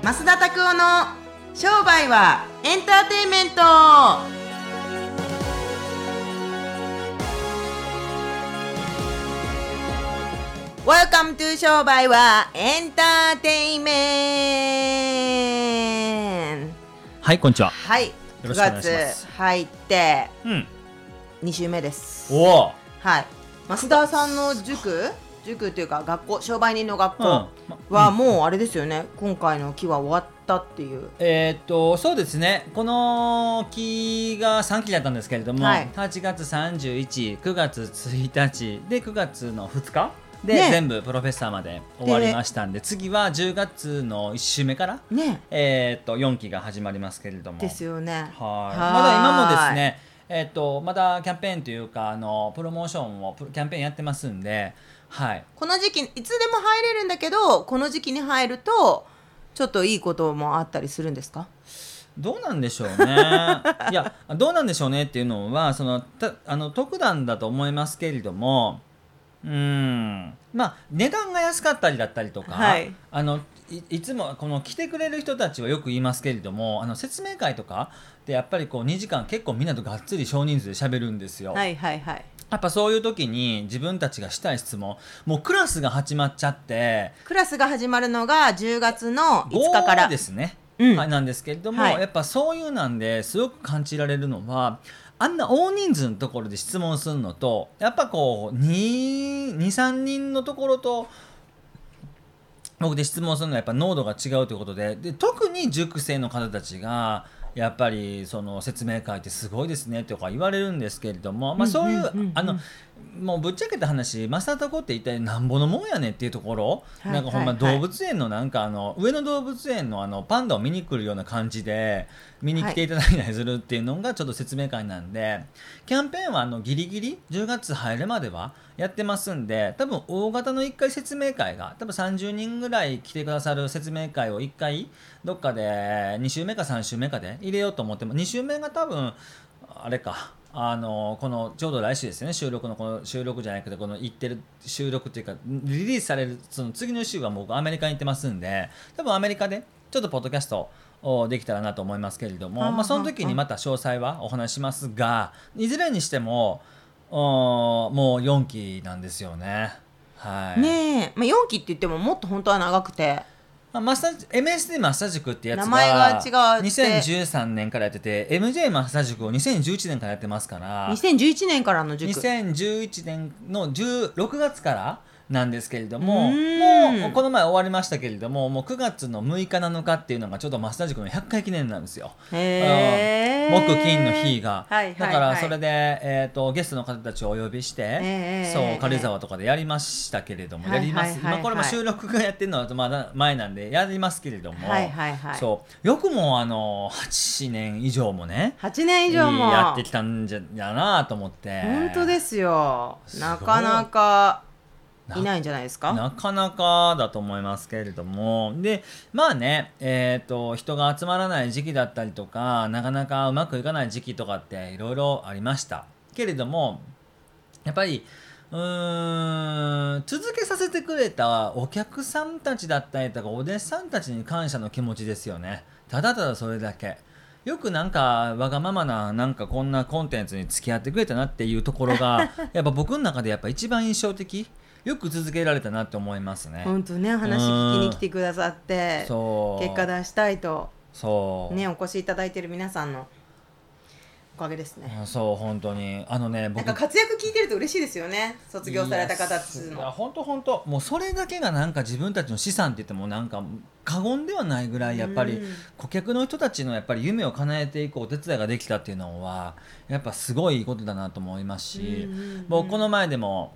増田拓夫の商売はエンターテインメント。Welcome to 商売はエンターテインメント。 はい、こんにちは。 はい、 よろしくお願いします。 9月入って2週目です。 おお。 はい、増田さんの塾というか学校、商売人の学校はもうあれですよね、今回の期は終わったっていう。 そうですね、この期が3期だったんですけれども、はい、8月31、9月1日で9月の2日で、ね、全部プロフェッサーまで終わりましたんで、次は10月の1週目から、ね、4期が始まりますけれども。 ですよね。 はい。まだ今もですね、まだキャンペーンというかプロモーションをキャンペーンやってますんで、はい、この時期いつでも入れるんだけど、この時期に入るとちょっといいこともあったりするんですか？ どうなんでしょうねいや、どうなんでしょうねっていうのは特段だと思いますけれども、まあ値段が安かったりだったりとか、はい、いつもこの来てくれる人たちはよく言いますけれども、説明会とかでやっぱりこう2時間結構みんなとがっつり少人数で喋るんですよ。 はいはいはい。 やっぱそういう時に自分たちがしたい質問、もうクラスが始まっちゃって、 クラスが始まるのが10月の5日からですね、はい、なんですけれども、はい、やっぱそういうなんですごく感じられるのは、あんな大人数のところで質問するのと、やっぱこう 2,3 人のところと僕で質問するのはやっぱ濃度が違うということで、特に塾生の方たちがやっぱりその説明会ってすごいですねとか言われるんですけれども、まあ、そういうもうぶっちゃけた話、マサタコって一体なんぼのもんやねんっていうところ、はい、なんかほんま動物園のなんか上野動物園のパンダを見に来るような感じで見に来ていただいたりするっていうのがちょっと説明会なんで、キャンペーンはギリギリ10月入るまではやってますんで、多分大型の1回説明会が多分30人ぐらい来てくださる説明会を1回どっかで2週目か3週目かで入れようと思っても、2週目が多分あれか、このちょうど来週ですよね、収録じゃなくてこの行ってる収録っていうかリリースされるその次の週は僕アメリカに行ってますんで、多分アメリカでちょっとポッドキャストをできたらなと思いますけれども、まあ、その時にまた詳細はお話しますが、いずれにしてももう4期なんですよね。はい、 ねえ、まあ、4期って言ってももっと本当は長くて、 MSD マッサ塾ってやつが名前が違うって 2013年からやってて、 MJ マッサ塾を2011年からやってますから、 2011年からの塾、 2011年の6月からなんですけれども、もうこの前終わりましたけれども、もう9月の6日7日っていうのがちょうどマッサ塾の100回記念なんですよ。木金の日が、はいはいはい、だからそれで、ゲストの方たちをお呼びして、そう軽井沢とかでやりましたけれども、やります、今これも収録がやってるのはまだ前なんでやりますけれども、はいはいはい、そうよくも8年以上もね、 8年以上もやってきたんじゃなと思って。 本当ですよ、なかなかいないんじゃないですか。 なかなかだと思いますけれども、でまあね、人が集まらない時期だったりとか、なかなかうまくいかない時期とかっていろいろありましたけれども、やっぱり続けさせてくれたお客さんたちだったりとかお弟子さんたちに感謝の気持ちですよね。ただただそれだけ。よくなんかわがままななんかこんなコンテンツに付き合ってくれたなっていうところがやっぱ僕の中でやっぱ一番印象的、よく続けられたなって思いますね。 本当ね、話聞きに来てくださって結果出したいとね、お越しいただいている皆さんのおかげですね。 そう本当に僕なんか活躍聞いてると嬉しいですよね、卒業された方っつうの。 本当もうそれだけがなんか自分たちの資産って言ってもなんか過言ではないぐらい、やっぱり顧客の人たちのやっぱり夢を叶えていくお手伝いができたっていうのはやっぱすごいことだなと思いますし、僕この前でも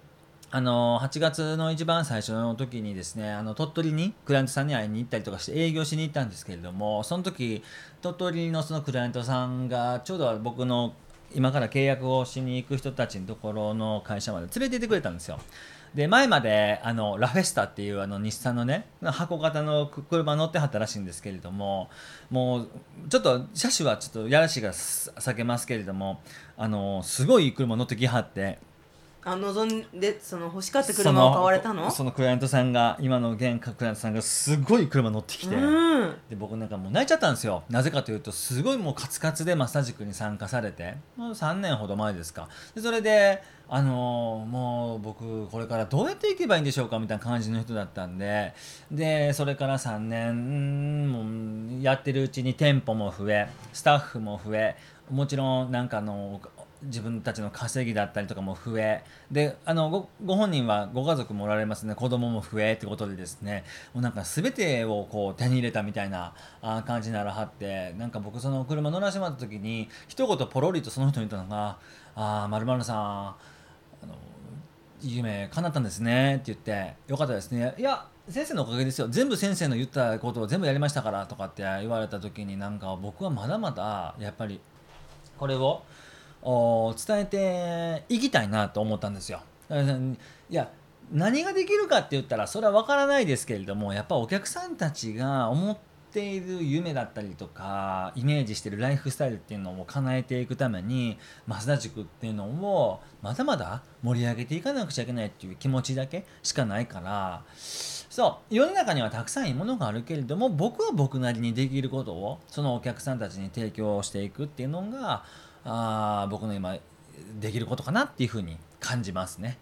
8月の一番最初の時にですね、鳥取にクライアントさんに会いに行ったりとかして営業しに行ったんですけれども、その時鳥取のそのクライアントさんがちょうど僕の今から契約をしに行く人たちのところの会社まで連れて行ってくれたんですよ。で前までラフェスタっていう日産のね箱型の車乗ってはったらしいんですけれども、もうちょっと車種はちょっとやらしいが避けますけれども、すごい車乗ってきはって、 望んで欲しかった車を買われたの？ そのクライアントさんが、今の現クライアントさんがすごい車乗ってきて、で僕なんかもう泣いちゃったんですよ。なぜかというと、すごいもうカツカツでマッサージ塾に参加されて、もう3年ほど前ですか。でそれでもう僕これからどうやっていけばいいんでしょうかみたいな感じの人だったんで、それから3年もやってるうちに店舗も増え、スタッフも増え、もちろんなんか自分たちの稼ぎだったりとかも増えで、ご本人はご家族もおられますね。子供も増えってことでですね、もうなんか全てをこう手に入れたみたいな感じにならはって、なんか僕その車乗らせてもらった時に一言ポロリとその人に言ったのが「〇〇さん夢叶ったんですね」って言って、「よかったですね。いや先生のおかげですよ。全部先生の言ったことを全部やりましたから」とかって言われた時に、なんか僕はまだまだやっぱりこれを伝えていきたいなと思ったんですよ。いや何ができるかって言ったらそれは分からないですけれども、やっぱお客さんたちが思っている夢だったりとかイメージしているライフスタイルっていうのを叶えていくために、増田塾っていうのをまだまだ盛り上げていかなくちゃいけないっていう気持ちだけしかないから、そう世の中にはたくさんいいものがあるけれども、僕は僕なりにできることをそのお客さんたちに提供していくっていうのが僕の今できることかなっていうふうに感じますね。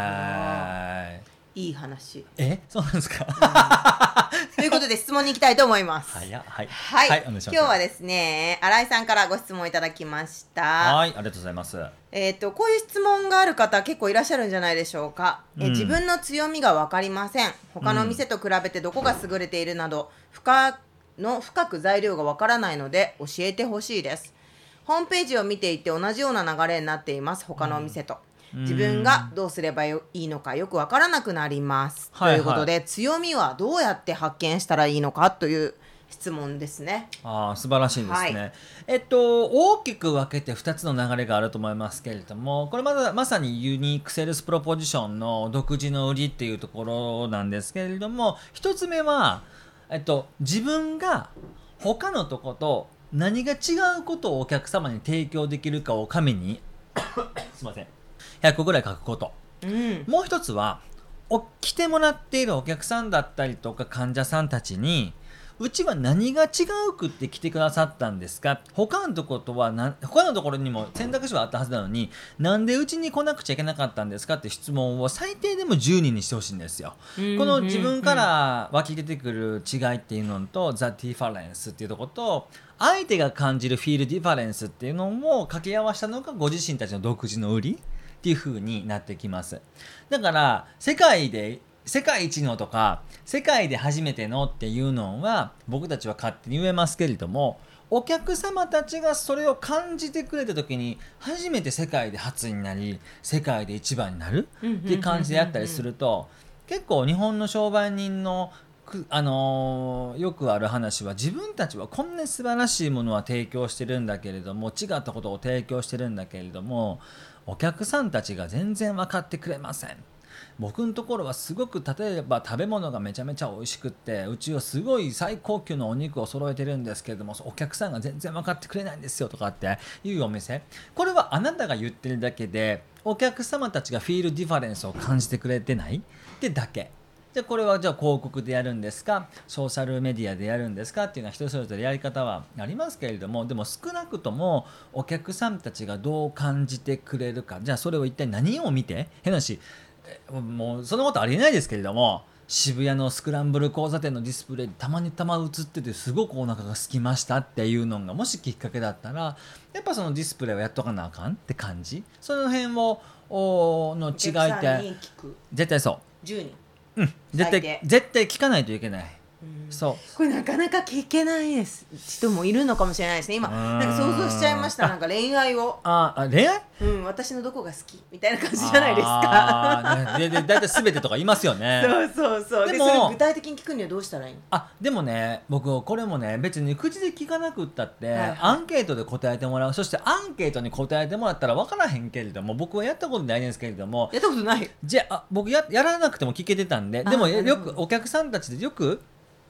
いい話。 そうなんですか、 ということで質問に行きたいと思います。 はい、 今日はですね、新井さんからご質問いただきました。 はい、ありがとうございます。 こういう質問がある方結構いらっしゃるんじゃないでしょうか。自分の強みが分かりません。他の店と比べてどこが優れているなど、深く材料が分からないので教えてほしいです。ホームページを見ていて同じような流れになっています。他のお店と、自分がどうすればいいのかよく分からなくなります、ということで、強みはどうやって発見したらいいのかという質問ですね。 素晴らしいですね。大きく分けて2つの流れがあると思いますけれども、これまさにユニークセールスプロポジションの独自の売りっていうところなんですけれども、1つ目は、自分が他のとこと何が違うことをお客様に提供できるかを紙にすいません100個ぐらい書くこと、もう一つは来てもらっているお客さんだったりとか患者さんたちに、うちは何が違うくって来てくださったんですか、他のところにも選択肢はあったはずなのになんでうちに来なくちゃいけなかったんですかって質問を最低でも10人にしてほしいんですよ。この自分から湧き出てくる違いっていうのとザ・ディファレンスっていうところと、相手が感じるフィールディファレンスっていうのを掛け合わせたのがご自身たちの独自の売りっていう風になってきます。だから世界一のとか世界で初めてのっていうのは僕たちは勝手に言えますけれども、お客様たちがそれを感じてくれた時に初めて世界で初になり世界で一番になるっていう感じでやったりすると、結構日本の商売人のよくある話は、自分たちはこんなに素晴らしいものは提供してるんだけれども、違ったことを提供してるんだけれども、お客さんたちが全然分かってくれません。僕のところはすごく、例えば食べ物がめちゃめちゃ美味しくって、うちはすごい最高級のお肉を揃えてるんですけれども、お客さんが全然分かってくれないんですよとかっていうお店、これはあなたが言ってるだけでお客様たちがフィールディファレンスを感じてくれてないってだけ。じゃあこれは広告でやるんですか、ソーシャルメディアでやるんですかっていうのは人それぞれやり方はありますけれども、でも少なくともお客さんたちがどう感じてくれるか、じゃあそれを一体何を見て、変な話、もうそんなことありえないですけれども、渋谷のスクランブル交差点のディスプレイでたまに映っててすごくお腹が空きましたっていうのがもしきっかけだったら、やっぱそのディスプレイをやっとかなあかんって感じ。その辺の違いって絶対そう 10人絶対聞かないといけない。そうこれなかなか聞けないです人もいるのかもしれないですね。今なんか想像しちゃいました。なんか恋愛を恋愛、 私のどこが好きみたいな感じじゃないですか。 でだいたい全てとか言いますよね。 そうでもそれ具体的に聞くにはどうしたらいいの？ でもね、僕これもね、別に口で聞かなくったって、アンケートで答えてもらう。そしてアンケートに答えてもらったら分からへんけれども、僕はやったことないんですけれども、 やったことない。 じゃあ僕やらなくても聞けてたんで、でもよくお客さんたちでよく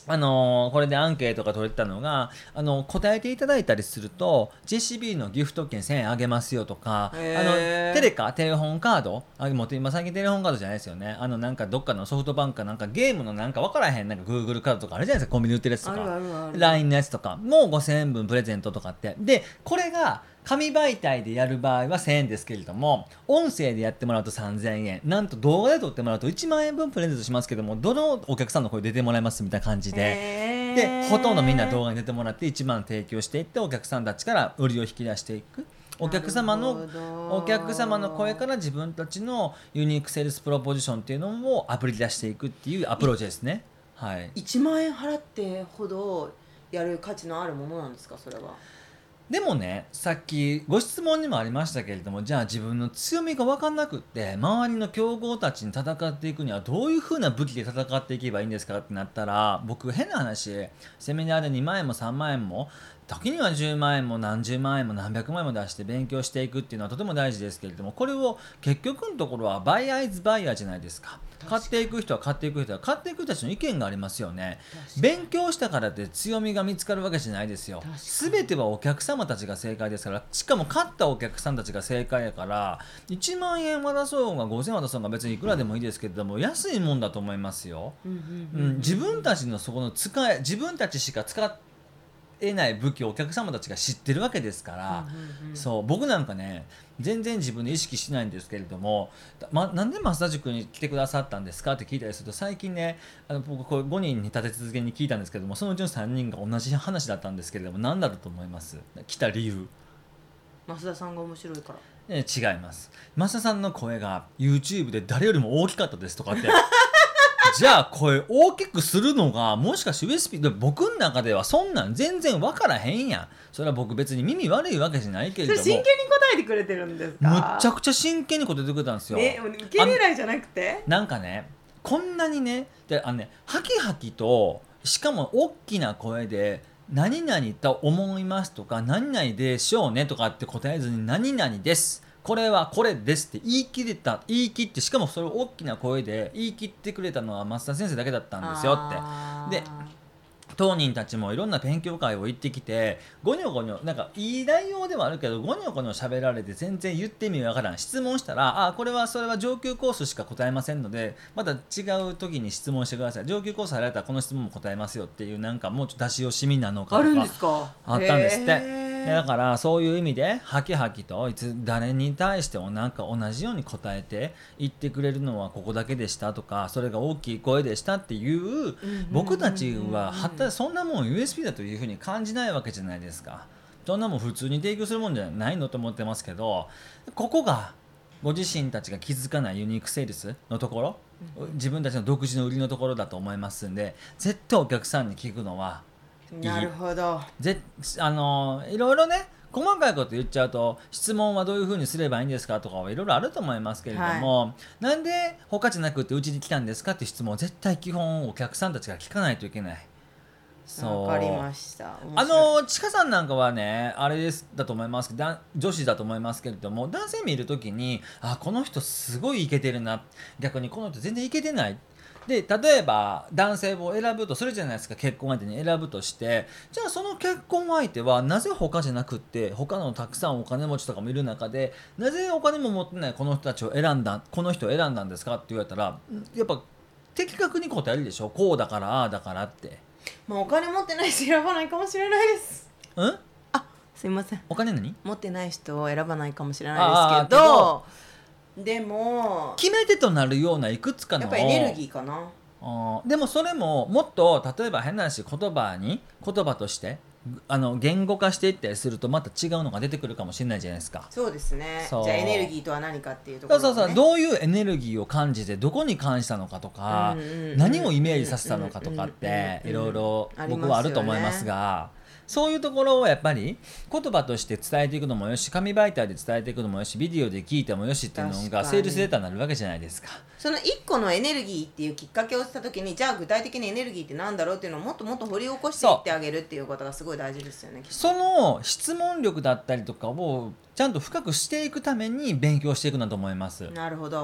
これでアンケートが取れたのが答えていただいたりすると JCB のギフト券1000円あげますよとかテレホンカードもう今最近テレホンカードじゃないですよねなんかどっかのソフトバンクかなんかゲームのなんか分からへんなんか Google カードとかあるじゃないですかコンビニ売ってるやつとかLINE のやつとかもう5000円分プレゼントとかってでこれが紙媒体でやる場合は1000円ですけれども音声でやってもらうと3000円なんと動画で撮ってもらうと1万円分プレゼントしますけどもどのお客さんの声出てもらいますみたいな感じでほとんどみんな動画に出てもらって1万提供していってお客さんたちから売りを引き出していくお客様の声から自分たちのユニークセールスプロポジションっていうのをあぶり出していくっていうアプローチですね、はい、 1万円払ってほどやる価値のあるものなんですかそれは。 でもねさっきご質問にもありましたけれどもじゃあ自分の強みが分かんなくって周りの強豪たちに戦っていくにはどういう風な武器で戦っていけばいいんですかってなったら僕変な話セミナーで2万円も3万円も時には10万円も何十万円も何百万円も出して勉強していくっていうのはとても大事ですけれどもこれを結局のところはバイアイズバイヤーじゃないですか。買っていく人は買っていく人は買っていく人たちの意見がありますよね。勉強したからって強みが見つかるわけじゃないですよ。全てはお客様たちが正解ですからしかも勝ったお客さんたちが正解やから1万円渡そうが5000円渡そうが別にいくらでもいいですけれども安いもんだと思いますよ。自分たちのそこの自分たちしか使えない武器をお客様たちが知ってるわけですから、そう僕なんかね全然自分で意識しないんですけれども、なんで増田塾に来てくださったんですかって聞いたりすると最近ね僕これ5人に立て続けに聞いたんですけどもそのうちの3人が同じ話だったんですけれども何だろうと思います来た理由。 増田さんが面白いから。 違います。増田さんの声が YouTube で誰よりも大きかったですとかってじゃあ声大きくするのがもしかして USB で僕の中ではそんなん全然分からへんやん。それは僕別に耳悪いわけじゃないけれども真剣に答えてくれてるんですか。 むっちゃくちゃ真剣に答えてくれたんですよ。 受け狙いじゃなくてなんかねこんなにねハキハキとしかも大きな声で何々と思いますとか何々でしょうねとかって答えずに何々ですこれはこれですって言い切ってしかもそれを大きな声で言い切ってくれたのは増田先生だけだったんですよってで当人たちもいろんな勉強会を行ってきてゴニョゴニョなんかいい内容ではあるけどゴニョゴニョ喋られて全然言って意味わからん質問したらこれはそれは上級コースしか答えませんのでまた違う時に質問してください上級コース入られたらこの質問も答えますよっていうなんかもうちょっと出し惜しみなのかとかあるんですか。 あったんですって。だからそういう意味でハキハキといつ誰に対してもなんか同じように答えて言ってくれるのはここだけでしたとかそれが大きい声でしたっていう僕たちはそんなもん USB だというふうに感じないわけじゃないですか。そんなもん普通に提供するもんじゃないのと思ってますけどここがご自身たちが気づかないユニークセールスのところ自分たちの独自の売りのところだと思いますんで絶対お客さんに聞くのはいい。 なるほど。 いろいろね細かいこと言っちゃうと質問はどういうふうにすればいいんですかとかはいろいろあると思いますけれども、なんで他じゃなくてうちに来たんですかっていう質問を絶対基本お客さんたちが聞かないといけない。 わかりました。 ちかさんなんかはねあれだと思いますけど女子だと思いますけれども男性見るときにこの人すごいイケてるな逆にこの人全然イケてないで例えば男性を選ぶとするじゃないですか。結婚相手に選ぶとしてじゃあその結婚相手はなぜ他じゃなくって他のたくさんお金持ちとかもいる中でなぜお金も持ってないこの人たちをこの人を選んだんですかって言われたらやっぱ的確に答えるでしょ。こうだからああだからってお金持ってない人選ばないかもしれないです。すいませんお金持ってない人を選ばないかもしれないですけどでも決め手となるようないくつかのやっぱエネルギーかな。 でもそれももっと例えば変な話言葉として言語化していったりするとまた違うのが出てくるかもしれないじゃないですか。 そうですね。じゃあエネルギーとは何かっていうところ、ね、 そうどういうエネルギーを感じてどこに感じたのかとか何をイメージさせたのかとかっていろいろ僕はあると思いますがそういうところをやっぱり言葉として伝えていくのもよし紙媒体で伝えていくのもよしビデオで聞いてもよしっていうのがセールスデータになるわけじゃないですか。 その一個のエネルギーっていうきっかけをした時にじゃあ具体的にエネルギーってなんだろうっていうのをもっともっと掘り起こしていってあげるっていうことがすごい大事ですよね。 その質問力だったりとかをちゃんと深くしていくために勉強していくんだと思います。 なるほど。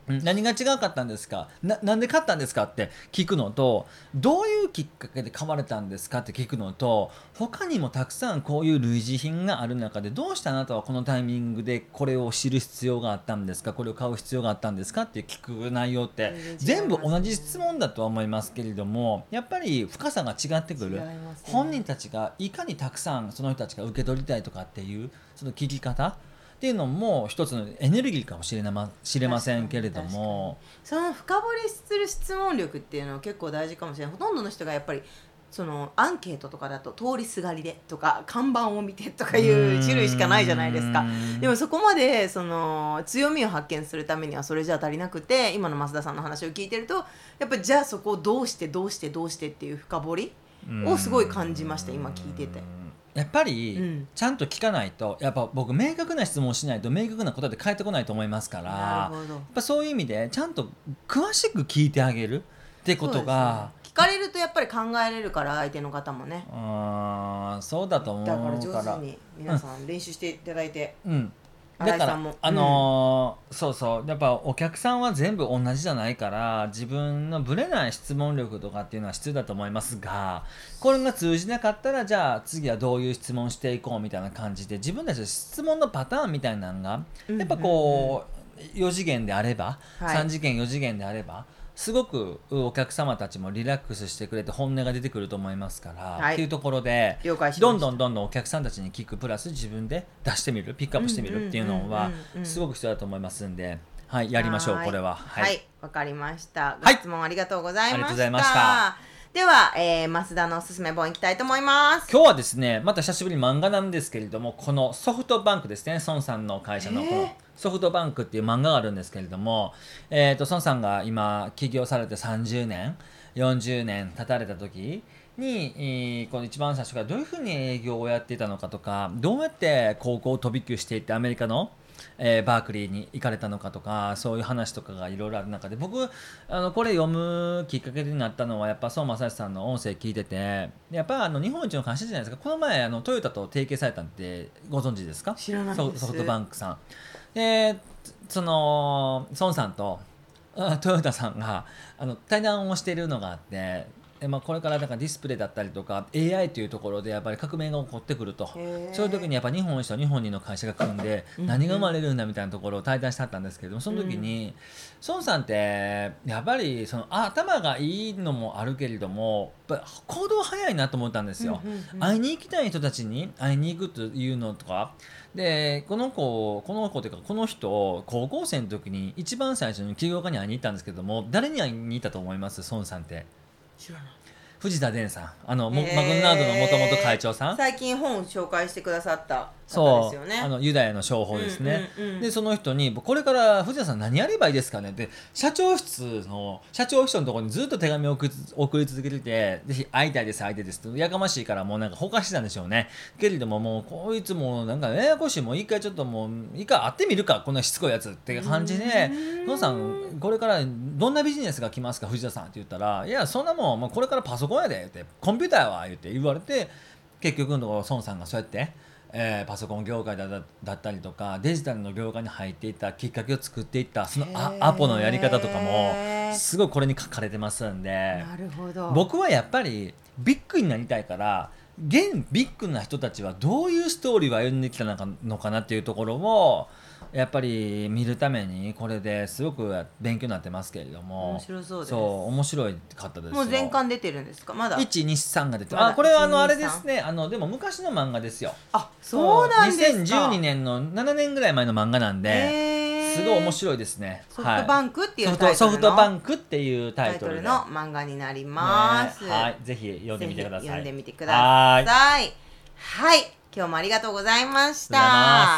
何が違うかったんですか、なんで買ったんですかって聞くのと、どういうきっかけで買われたんですかって聞くのと、他にもたくさんこういう類似品がある中で、どうしてあなたはこのタイミングでこれを知る必要があったんですか、これを買う必要があったんですかって聞く内容って全部同じ質問だとは思いますけれども、やっぱり深さが違ってくる、本人たちがいかにたくさんその人たちが受け取りたいとかっていうその聞き方っていうのも一つのエネルギーかもしれませんけれども、 その深掘りする質問力っていうのは結構大事かもしれない。ほとんどの人がやっぱりそのアンケートとかだと通りすがりでとか看板を見てとかいう種類しかないじゃないですか。でもそこまでその強みを発見するためにはそれじゃ足りなくて、今の増田さんの話を聞いてるとやっぱりじゃあそこをどうしてっていう深掘りをすごい感じました、今聞いてて。 やっぱりちゃんと聞かないと、やっぱ僕明確な質問をしないと明確な答えで返ってこないと思いますから、やっぱそういう意味でちゃんと詳しく聞いてあげるってことが、 聞かれるとやっぱり考えれるから、相手の方もね。 そうだと思うから、 だから上手に皆さん練習していただいて、 だからそうそう、やっぱお客さんは全部同じじゃないから、自分のぶれない質問力とかっていうのは必要だと思いますが、これが通じなかったら、じゃあ次はどういう質問していこうみたいな感じで、自分たちの質問のパターンみたいなのがやっぱこう4次元であれば、3次元4次元であればすごくお客様たちもリラックスしてくれて本音が出てくると思いますから、っていうところでどんどんお客さんたちに聞くプラス自分で出してみる、ピックアップしてみるっていうのはすごく必要だと思いますんで、やりましょう。これはわかりました。ご質問ありがとうございました。 ありがとうございました。 では、増田のおすすめ本いきたいと思います。 今日はですね、また久しぶりに漫画なんですけれども、このソフトバンクですね、孫さんの会社のこのソフトバンクっていう漫画があるんですけれども、孫さんが今起業されて30年40年経たれた時に、この一番最初からどういうふうに営業をやっていたのかとか、どうやって高校を飛び級していってアメリカのバークリーに行かれたのかとか、そういう話とかがいろいろある中で、僕これ読むきっかけになったのはやっぱ孫正義さんの音声聞いてて、やっぱ日本一の会社じゃないですか。この前トヨタと提携されたんってご存知ですか？ 知らないです。 ソフトバンクさんで、その孫さんとトヨタさんが対談をしているのがあって、これからなんかディスプレイだったりとか AI というところでやっぱり革命が起こってくると、そういう時にやっぱ日本一と日本二の会社が組んで何が生まれるんだみたいなところを対談してはったんですけれども、その時に孫さんってやっぱりその頭がいいのもあるけれども、行動早いなと思ったんですよ。会いに行きたい人たちに会いに行くというのとかで、この子というかこの人、高校生の時に一番最初に起業家に会いに行ったんですけども、誰に会いに行ったと思います？孫さんって。 知らない。 藤田伝さん、マグナードのもともと会長さん、 最近本を紹介してくださった方ですよね。 ユダヤの商法ですね、でその人にこれから藤田さん何やればいいですかねって、社長室のところにずっと手紙を送り続けてて、ぜひ会いたいですと、やかましいからもうなんかほかしてたんでしょうね。けれどももうこいつもなんかややこしい、もう一回ちょっともう一回会ってみるか、こんなしつこいやつって感じで、野さんこれからどんなビジネスが来ますか藤田さんって言ったら、いやそんなもん、これからパソコンやでって、コンピューターやわ言われて、結局のところ孫さんがそうやってパソコン業界だったりとかデジタルの業界に入っていったきっかけを作っていった、そのアポのやり方とかもすごいこれに書かれてますんで、 なるほど。 僕はやっぱりビッグになりたいから、現ビッグな人たちはどういうストーリーを歩んできたのかなっていうところをやっぱり見るために、これですごく勉強になってますけれども、 面白そうです。 面白かったですよ。 もう全巻出てるんですか？まだ 1、2、3が出てる。これはあれですね、でも昔の漫画ですよ。 そうなんですか。 2012年の7年ぐらい前の漫画なんで、すごい面白いですね。 ソフトバンクっていうタイトルの、 ソフトバンクっていうタイトルの漫画になります、 ぜひ読んでみてください。 読んでみてください。はい、今日もありがとうございました。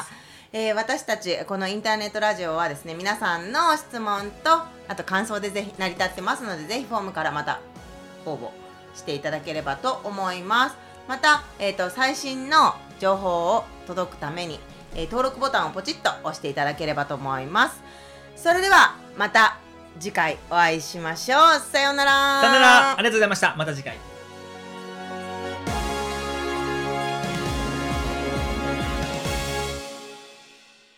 私たちこのインターネットラジオはですね、皆さんの質問とあと感想でぜひ成り立ってますので、ぜひフォームからまた応募していただければと思います。また、最新の情報を届くために、登録ボタンをポチッと押していただければと思います。それではまた次回お会いしましょう。さようなら。 さようなら。ありがとうございました。また次回。